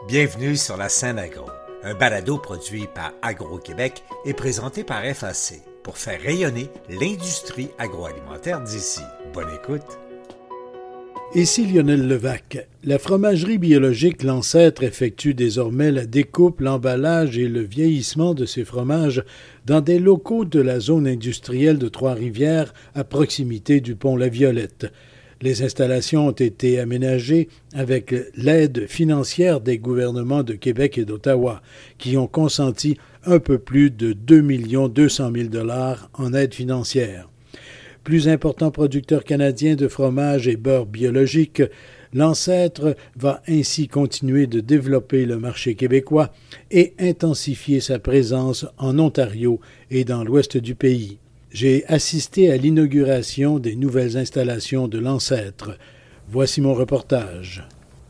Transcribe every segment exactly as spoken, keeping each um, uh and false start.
Bienvenue sur la scène agro, un balado produit par Agro-Québec et présenté par F A C pour faire rayonner l'industrie agroalimentaire d'ici. Bonne écoute! Ici Lionel Levac. La fromagerie biologique L'Ancêtre effectue désormais la découpe, l'emballage et le vieillissement de ses fromages dans des locaux de la zone industrielle de Trois-Rivières à proximité du pont La Violette. Les installations ont été aménagées avec l'aide financière des gouvernements de Québec et d'Ottawa, qui ont consenti un peu plus de deux millions deux cent mille dollars en aide financière. Plus important producteur canadien de fromage et beurre biologique, L'Ancêtre va ainsi continuer de développer le marché québécois et intensifier sa présence en Ontario et dans l'ouest du pays. J'ai assisté à l'inauguration des nouvelles installations de L'Ancêtre. Voici mon reportage.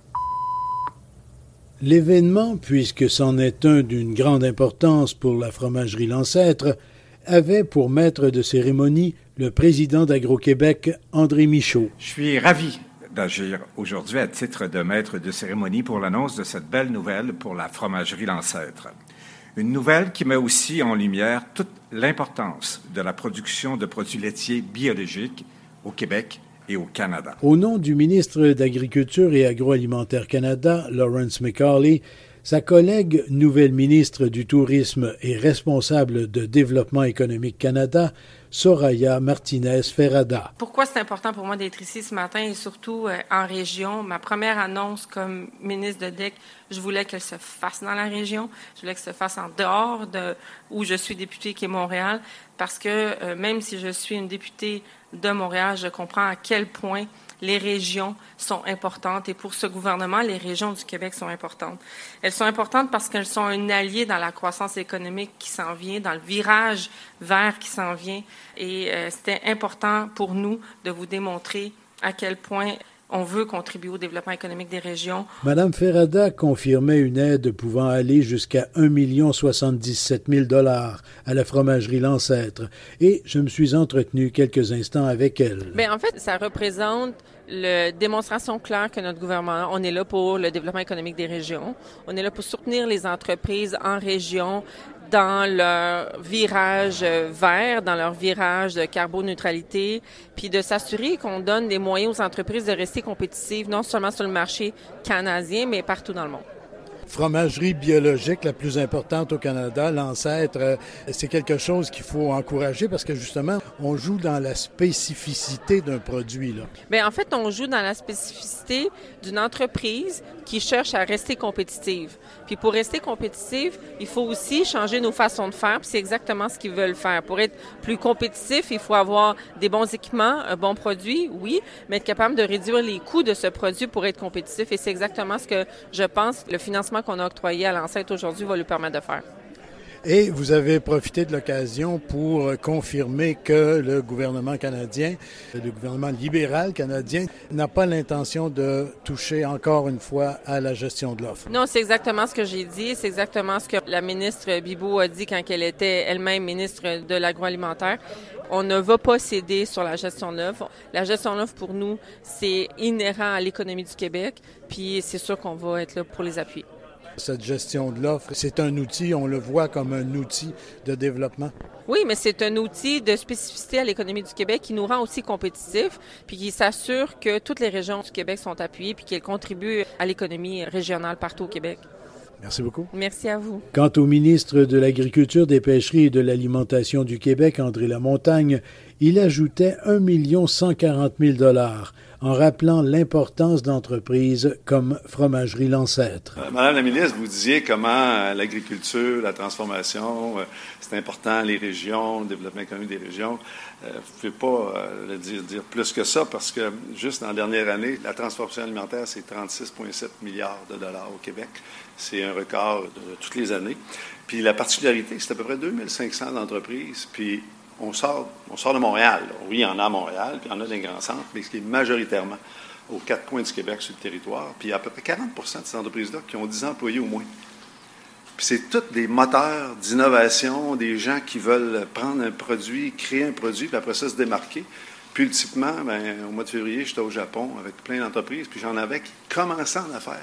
L'événement, puisque c'en est un d'une grande importance pour la fromagerie L'Ancêtre, avait pour maître de cérémonie le président d'Agro-Québec, André Michaud. Je suis ravi d'agir aujourd'hui à titre de maître de cérémonie pour l'annonce de cette belle nouvelle pour la fromagerie L'Ancêtre. Une nouvelle qui met aussi en lumière toute l'importance de la production de produits laitiers biologiques au Québec et au Canada. Au nom du ministre d'Agriculture et Agroalimentaire Canada, Lawrence McCauley, sa collègue nouvelle ministre du Tourisme et responsable de Développement économique Canada, Soraya Martinez-Ferrada. Pourquoi c'est important pour moi d'être ici ce matin et surtout euh, en région? Ma première annonce comme ministre de D E C, je voulais qu'elle se fasse dans la région. Je voulais qu'elle se fasse en dehors de où je suis députée, qui est Montréal, parce que euh, même si je suis une députée de Montréal, je comprends à quel point les régions sont importantes et pour ce gouvernement, les régions du Québec sont importantes. Elles sont importantes parce qu'elles sont un allié dans la croissance économique qui s'en vient, dans le virage vert qui s'en vient. Et euh, c'était important pour nous de vous démontrer à quel point on veut contribuer au développement économique des régions. Madame Ferrada confirmait une aide pouvant aller jusqu'à un million soixante-dix-sept mille dollars à la fromagerie L'Ancêtre. Et je me suis entretenu quelques instants avec elle. Bien, en fait, ça représente la démonstration claire que notre gouvernement, on est là pour le développement économique des régions. On est là pour soutenir les entreprises en région dans leur virage vert, dans leur virage de carboneutralité, puis de s'assurer qu'on donne les moyens aux entreprises de rester compétitives, non seulement sur le marché canadien, mais partout dans le monde. Fromagerie biologique la plus importante au Canada, L'Ancêtre, c'est quelque chose qu'il faut encourager parce que justement, on joue dans la spécificité d'un produit, là. Bien, en fait, on joue dans la spécificité d'une entreprise qui cherche à rester compétitive. Puis pour rester compétitive, il faut aussi changer nos façons de faire, puis c'est exactement ce qu'ils veulent faire. Pour être plus compétitif, il faut avoir des bons équipements, un bon produit, oui, mais être capable de réduire les coûts de ce produit pour être compétitif. Et c'est exactement ce que je pense le financement qu'on a octroyé à L'Ancêtre aujourd'hui va lui permettre de faire. Et vous avez profité de l'occasion pour confirmer que le gouvernement canadien, le gouvernement libéral canadien, n'a pas l'intention de toucher encore une fois à la gestion de l'offre. Non, c'est exactement ce que j'ai dit. C'est exactement ce que la ministre Bibeau a dit quand elle était elle-même ministre de l'agroalimentaire. On ne va pas céder sur la gestion de l'offre. La gestion de l'offre, pour nous, c'est inhérent à l'économie du Québec, puis c'est sûr qu'on va être là pour les appuyer. Cette gestion de l'offre, c'est un outil, on le voit comme un outil de développement. Oui, mais c'est un outil de spécificité à l'économie du Québec qui nous rend aussi compétitifs, puis qui s'assure que toutes les régions du Québec sont appuyées, puis qu'elles contribuent à l'économie régionale partout au Québec. Merci beaucoup. Merci à vous. Quant au ministre de l'Agriculture, des Pêcheries et de l'Alimentation du Québec, André Lamontagne, il ajoutait un million cent quarante mille dollars en rappelant l'importance d'entreprises comme Fromagerie L'Ancêtre. Euh, Madame la ministre, vous disiez comment euh, l'agriculture, la transformation, euh, c'est important, les régions, le développement économique des régions. Euh, vous ne pouvez pas euh, le dire, dire plus que ça parce que juste dans la dernière année, la transformation alimentaire, c'est trente-six virgule sept milliards de dollars au Québec. C'est un record de, de toutes les années. Puis la particularité, c'est à peu près deux mille cinq cents entreprises. Puis on sort, on sort de Montréal. Oui, il y en a à Montréal, puis il y en a dans les grands centres, mais ce qui est majoritairement aux quatre coins du Québec sur le territoire. Puis il y a à peu près quarante pour cent de ces entreprises-là qui ont dix employés au moins. Puis c'est tous des moteurs d'innovation, des gens qui veulent prendre un produit, créer un produit, puis après ça se démarquer. Puis ultimement, bien, au mois de février, j'étais au Japon avec plein d'entreprises, puis j'en avais qui commençaient en affaires.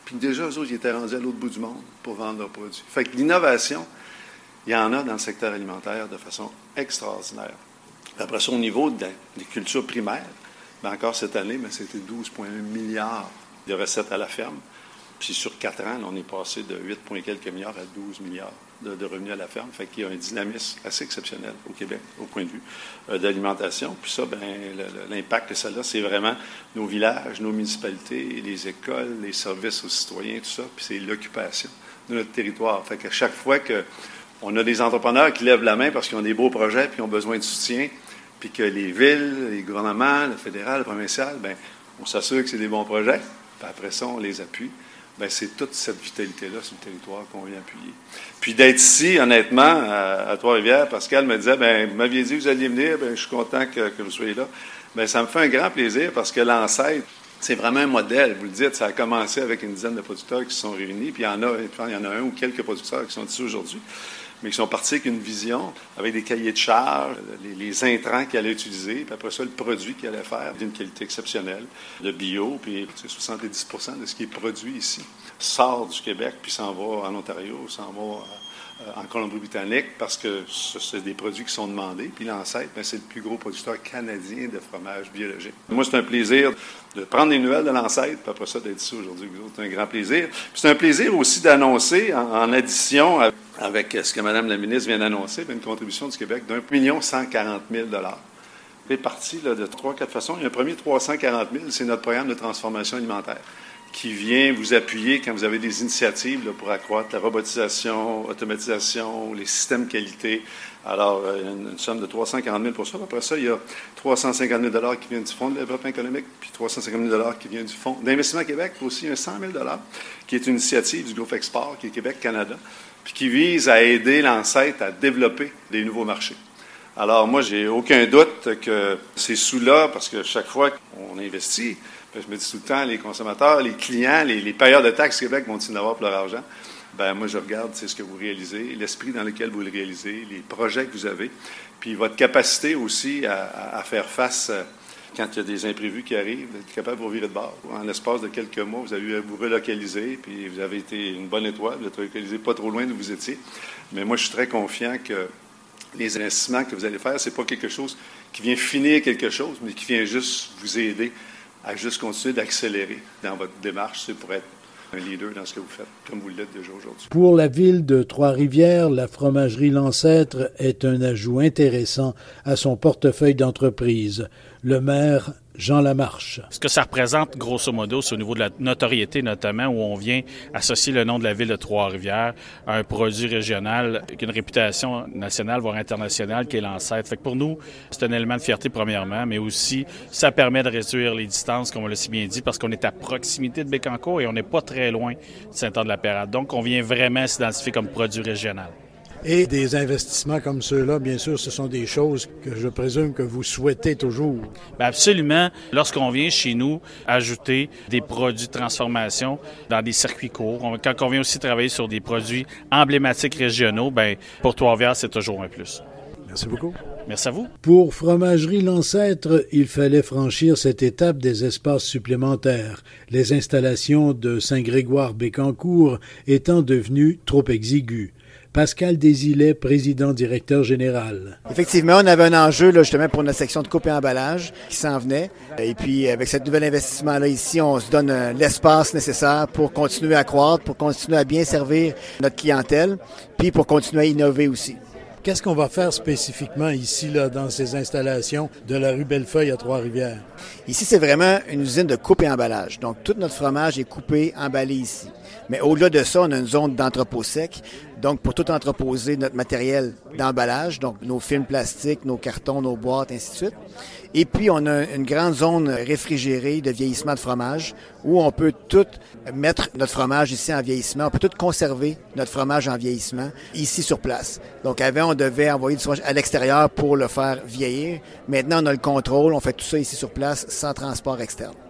Puis déjà, eux autres, ils étaient rendus à l'autre bout du monde pour vendre leurs produits. Fait que l'innovation, il y en a dans le secteur alimentaire de façon extraordinaire. Puis après ça, au niveau de la, des cultures primaires, bien encore cette année, bien, c'était douze virgule un milliards de recettes à la ferme. Puis sur quatre ans, là, on est passé de huit quelques milliards à douze milliards de, de revenus à la ferme. Fait qu'il y a un dynamisme assez exceptionnel au Québec, au point de vue euh, de l'alimentation. Puis ça, bien, le, l'impact que ça a, c'est vraiment nos villages, nos municipalités, les écoles, les services aux citoyens, tout ça. Puis c'est l'occupation de notre territoire. Fait qu'à chaque fois qu'on a des entrepreneurs qui lèvent la main parce qu'ils ont des beaux projets puis ont besoin de soutien, puis que les villes, les gouvernements, le fédéral, le provincial, bien, on s'assure que c'est des bons projets. Puis après ça, on les appuie. Bien, c'est toute cette vitalité-là sur le territoire qu'on vient appuyer. Puis d'être ici, honnêtement, à, à Trois-Rivières, Pascal me disait, bien, vous m'aviez dit que vous alliez venir, bien, je suis content que, que vous soyez là. Bien, ça me fait un grand plaisir parce que l'ancêtre, c'est vraiment un modèle. Vous le dites, ça a commencé avec une dizaine de producteurs qui se sont réunis, puis il y en a, il y en a un ou quelques producteurs qui sont ici aujourd'hui, mais qui sont partis avec une vision, avec des cahiers de charges, les, les intrants qu'ils allaient utiliser, puis après ça, le produit qu'ils allaient faire d'une qualité exceptionnelle, de bio, puis soixante-dix pour cent de ce qui est produit ici sort du Québec, puis s'en va en Ontario, s'en va euh, en Colombie-Britannique, parce que c'est des produits qui sont demandés. Puis l'ancêtre, bien, c'est le plus gros producteur canadien de fromage biologique. Moi, c'est un plaisir de prendre des nouvelles de l'ancêtre, puis après ça, d'être ici aujourd'hui. C'est un grand plaisir. Puis c'est un plaisir aussi d'annoncer, en, en addition à avec ce que Mme la ministre vient d'annoncer, une contribution du Québec d'un million cent quarante mille dollars. Réparti là, de trois, quatre façons. Il y a un premier trois cent quarante mille, c'est notre programme de transformation alimentaire qui vient vous appuyer quand vous avez des initiatives là, pour accroître la robotisation, automatisation, les systèmes qualité. Alors, une, une somme de trois cent quarante mille pour ça. Après ça, il y a trois cent cinquante mille dollars qui viennent du Fonds de développement économique, puis trois cent cinquante mille dollars qui viennent du Fonds d'investissement Québec, puis aussi un cent mille dollars qui est une initiative du groupe Export, qui est Québec-Canada, puis qui vise à aider l'ancêtre à développer des nouveaux marchés. Alors, moi, j'ai aucun doute que ces sous-là, parce que chaque fois qu'on investit, je me dis tout le temps, les consommateurs, les clients, les, les payeurs de taxes Québec vont-ils en avoir pour leur argent? Bien, moi, je regarde, c'est ce que vous réalisez, l'esprit dans lequel vous le réalisez, les projets que vous avez, puis votre capacité aussi à, à, à faire face quand il y a des imprévus qui arrivent, d'être capable de vous virer de bord. En l'espace de quelques mois, vous avez eu à vous relocaliser, puis vous avez été une bonne étoile, vous êtes relocalisé pas trop loin d'où vous étiez. Mais moi, je suis très confiant que les investissements que vous allez faire, c'est pas quelque chose qui vient finir quelque chose, mais qui vient juste vous aider à juste continuer d'accélérer dans votre démarche, c'est pour être un leader dans ce que vous faites, comme vous l'êtes déjà aujourd'hui. Pour la ville de Trois-Rivières, la fromagerie L'Ancêtre est un ajout intéressant à son portefeuille d'entreprise. Le maire Jean Lamarche. Ce que ça représente, grosso modo, c'est au niveau de la notoriété, notamment, où on vient associer le nom de la ville de Trois-Rivières à un produit régional avec une réputation nationale, voire internationale, qui est l'ancêtre. Fait que pour nous, c'est un élément de fierté, premièrement, mais aussi, ça permet de réduire les distances, comme on l'a si bien dit, parce qu'on est à proximité de Bécancour et on n'est pas très loin de Saint-Anne-de-la-Pérade. Donc, on vient vraiment s'identifier comme produit régional. Et des investissements comme ceux-là, bien sûr, ce sont des choses que je présume que vous souhaitez toujours. Bien absolument. Lorsqu'on vient chez nous ajouter des produits de transformation dans des circuits courts, on, quand on vient aussi travailler sur des produits emblématiques régionaux, bien pour Trois-Rivières, c'est toujours un plus. Merci beaucoup. Merci à vous. Pour Fromagerie L'Ancêtre, il fallait franchir cette étape des espaces supplémentaires, les installations de Saint-Grégoire-Bécancour étant devenues trop exiguës. Pascal Desilets, président directeur général. Effectivement, on avait un enjeu là, justement pour notre section de coupe et emballage qui s'en venait. Et puis, avec ce nouvel investissement-là ici, on se donne euh, l'espace nécessaire pour continuer à croître, pour continuer à bien servir notre clientèle, puis pour continuer à innover aussi. Qu'est-ce qu'on va faire spécifiquement ici, là, dans ces installations de la rue Bellefeuille à Trois-Rivières? Ici, c'est vraiment une usine de coupe et emballage. Donc, tout notre fromage est coupé, emballé ici. Mais au-delà de ça, on a une zone d'entrepôt sec. Donc, pour tout entreposer notre matériel d'emballage, donc nos films plastiques, nos cartons, nos boîtes, ainsi de suite. Et puis, on a une grande zone réfrigérée de vieillissement de fromage où on peut tout mettre notre fromage ici en vieillissement. On peut tout conserver notre fromage en vieillissement ici sur place. Donc, avant, on devait envoyer du fromage à l'extérieur pour le faire vieillir. Maintenant, on a le contrôle. On fait tout ça ici sur place sans transport externe.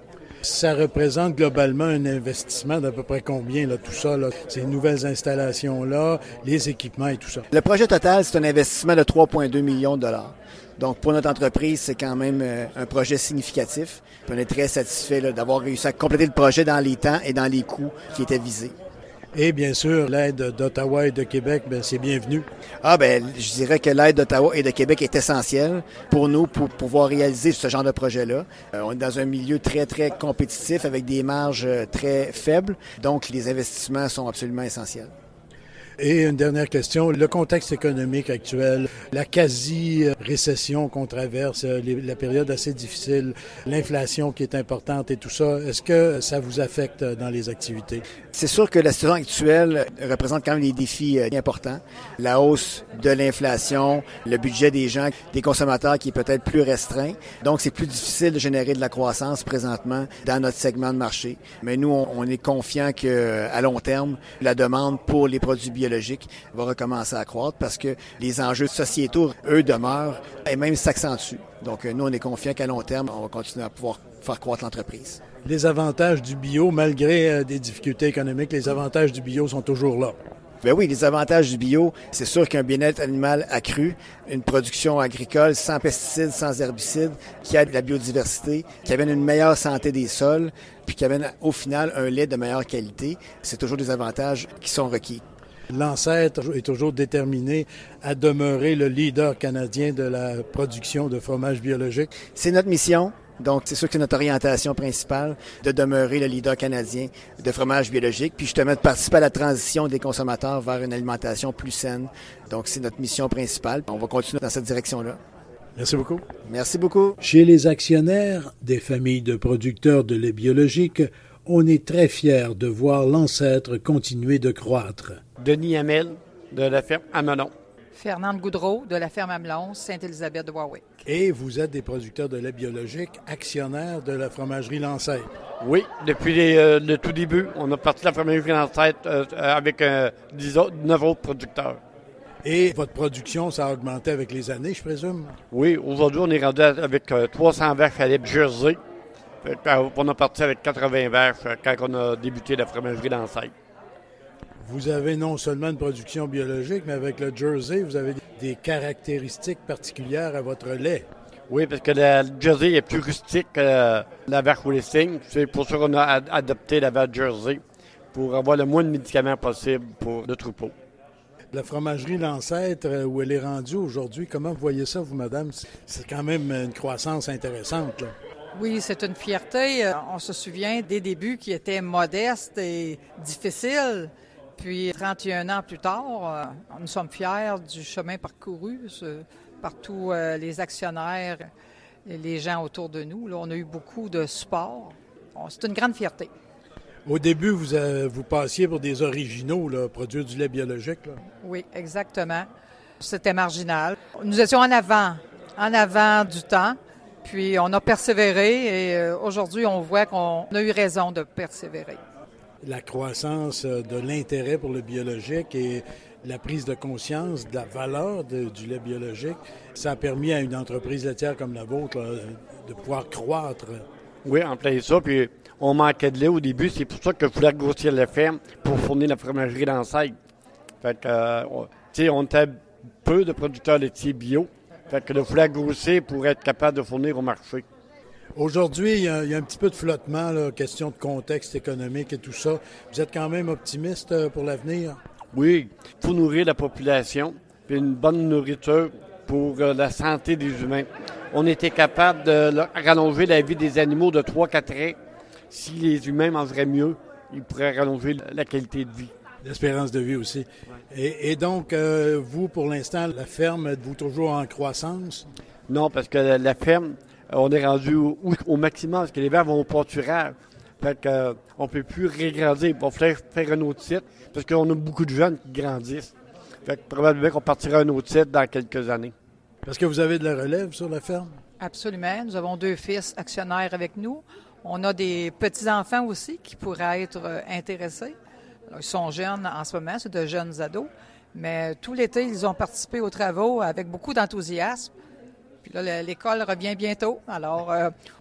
Ça représente globalement un investissement d'à peu près combien, là, tout ça, là, ces nouvelles installations-là, les équipements et tout ça? Le projet total, c'est un investissement de trois virgule deux millions de dollars. Donc, pour notre entreprise, c'est quand même euh, un projet significatif. Puis on est très satisfait là, d'avoir réussi à compléter le projet dans les temps et dans les coûts qui étaient visés. Et bien sûr, l'aide d'Ottawa et de Québec, bien, c'est bienvenu. Ah ben, je dirais que l'aide d'Ottawa et de Québec est essentielle pour nous pour pouvoir réaliser ce genre de projet-là. Euh, on est dans un milieu très, très compétitif avec des marges très faibles. Donc, les investissements sont absolument essentiels. Et une dernière question, le contexte économique actuel, la quasi-récession qu'on traverse, la période assez difficile, l'inflation qui est importante et tout ça, est-ce que ça vous affecte dans les activités? C'est sûr que la situation actuelle représente quand même des défis importants. La hausse de l'inflation, le budget des gens, des consommateurs qui est peut-être plus restreint. Donc, c'est plus difficile de générer de la croissance présentement dans notre segment de marché. Mais nous, on est confiants qu'à long terme, la demande pour les produits biologiques va recommencer à croître parce que les enjeux sociétaux, eux, demeurent et même s'accentuent. Donc, nous, on est confiants qu'à long terme, on va continuer à pouvoir faire croître l'entreprise. Les avantages du bio, malgré des difficultés économiques, les avantages du bio sont toujours là. Bien oui, les avantages du bio, c'est sûr qu'un bien-être animal accru, une production agricole sans pesticides, sans herbicides, qui aide la biodiversité, qui amène une meilleure santé des sols, puis qui amène au final un lait de meilleure qualité, c'est toujours des avantages qui sont requis. L'ancêtre est toujours déterminé à demeurer le leader canadien de la production de fromage biologique. C'est notre mission. Donc, c'est sûr que c'est notre orientation principale de demeurer le leader canadien de fromage biologique, puis justement de participer à la transition des consommateurs vers une alimentation plus saine. Donc, c'est notre mission principale. On va continuer dans cette direction-là. Merci beaucoup. Merci beaucoup. Chez les actionnaires des familles de producteurs de lait biologique, on est très fiers de voir l'ancêtre continuer de croître. Denis Hamel, de la ferme Amelon. Fernande Goudreau, de la ferme Amelon, Sainte-Élisabeth de Warwick. Et vous êtes des producteurs de lait biologique, actionnaires de la fromagerie Lancêtre. Oui, depuis les, euh, le tout début, on a parti de la fromagerie Lancêtre euh, avec euh, dix autres, neuf autres producteurs. Et votre production, ça a augmenté avec les années, je présume? Oui, aujourd'hui, on est rendu avec euh, trois cents vaches à lait Jersey. On a parti avec quatre-vingts vaches quand on a débuté la fromagerie Lancêtre. Vous avez non seulement une production biologique, mais avec le Jersey, vous avez des caractéristiques particulières à votre lait. Oui, parce que la Jersey est plus rustique que la vache Holstein. C'est pour ça qu'on a adopté la vache Jersey, pour avoir le moins de médicaments possible pour le troupeau. La fromagerie Lancêtre, où elle est rendue aujourd'hui, comment vous voyez ça, vous, madame? C'est quand même une croissance intéressante, là. Oui, c'est une fierté. On se souvient des débuts qui étaient modestes et difficiles. Puis, trente et un ans plus tard, nous sommes fiers du chemin parcouru par tous les actionnaires et les gens autour de nous. Là, on a eu beaucoup de support. C'est une grande fierté. Au début, vous, euh, vous passiez pour des originaux, là, produire du lait biologique, là. Oui, exactement. C'était marginal. Nous étions en avant, en avant du temps. Puis, on a persévéré et aujourd'hui, on voit qu'on a eu raison de persévérer. La croissance de l'intérêt pour le biologique et la prise de conscience de la valeur de, du lait biologique, ça a permis à une entreprise laitière comme la vôtre là, de pouvoir croître. Oui, en plein ça. Puis on manquait de lait au début. C'est pour ça que je voulais grossir la ferme pour fournir la fromagerie Lancêtre. Fait que, euh, tu sais, on était peu de producteurs laitiers bio. Fait que je voulais grossir pour être capable de fournir au marché. Aujourd'hui, il y, a, il y a un petit peu de flottement, là, question de contexte économique et tout ça. Vous êtes quand même optimiste pour l'avenir? Oui, pour nourrir la population, puis une bonne nourriture pour euh, la santé des humains. On était capable de là, rallonger la vie des animaux de trois à quatre ans. Si les humains mangeraient mieux, ils pourraient rallonger la qualité de vie. L'espérance de vie aussi. Ouais. Et, et donc, euh, vous, pour l'instant, la ferme, êtes-vous toujours en croissance? Non, parce que la, la ferme, on est rendu au, au maximum, parce que les vaches vont au pâturage. Fait qu'on euh, ne peut plus régrandir. Il va falloir faire un autre site, parce qu'on a beaucoup de jeunes qui grandissent. Fait que probablement qu'on partira un autre site dans quelques années. Est-ce que vous avez de la relève sur la ferme? Absolument. Nous avons deux fils actionnaires avec nous. On a des petits-enfants aussi qui pourraient être euh, intéressés. Alors, ils sont jeunes en ce moment, c'est de jeunes ados. Mais tout l'été, ils ont participé aux travaux avec beaucoup d'enthousiasme. Puis là, l'école revient bientôt. Alors, euh,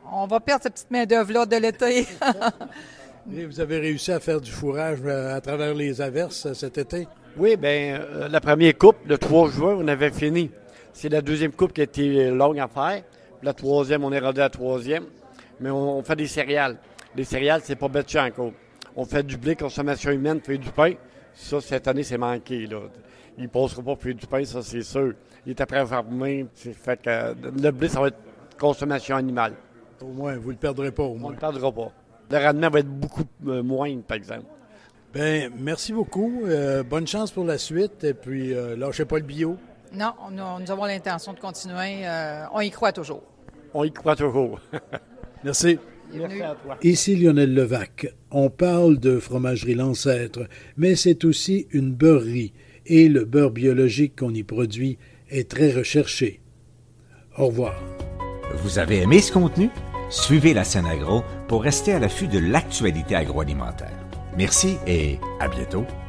On va perdre cette petite main-d'œuvre-là de l'été. Et vous avez réussi à faire du fourrage à travers les averses cet été? Oui, bien, euh, la première coupe, le trois juin, on avait fini. C'est la deuxième coupe qui a été longue à faire. La troisième, on est rendu à la troisième. Mais on, on fait des céréales. Les céréales, c'est pas battu encore. On fait du blé, consommation humaine, fait du pain. Ça, cette année, c'est manqué, là. Il ne passera pas pour faire du pain, ça, c'est sûr. Il est après fermé. C'est fait que euh, le blé, ça va être consommation animale. Au moins, vous ne le perdrez pas, au moins. On ne le perdra pas. Le rendement va être beaucoup euh, moindre, par exemple. Bien, merci beaucoup. Euh, bonne chance pour la suite. Et puis, euh, lâchez pas le bio. Non, on a, nous avons l'intention de continuer. Euh, on y croit toujours. On y croit toujours. Merci. Merci à toi. Ici Lionel Levac. On parle de fromagerie L'Ancêtre, mais c'est aussi une beurrerie. Et le beurre biologique qu'on y produit est très recherché. Au revoir. Vous avez aimé ce contenu? Suivez la Scène Agro pour rester à l'affût de l'actualité agroalimentaire. Merci et à bientôt.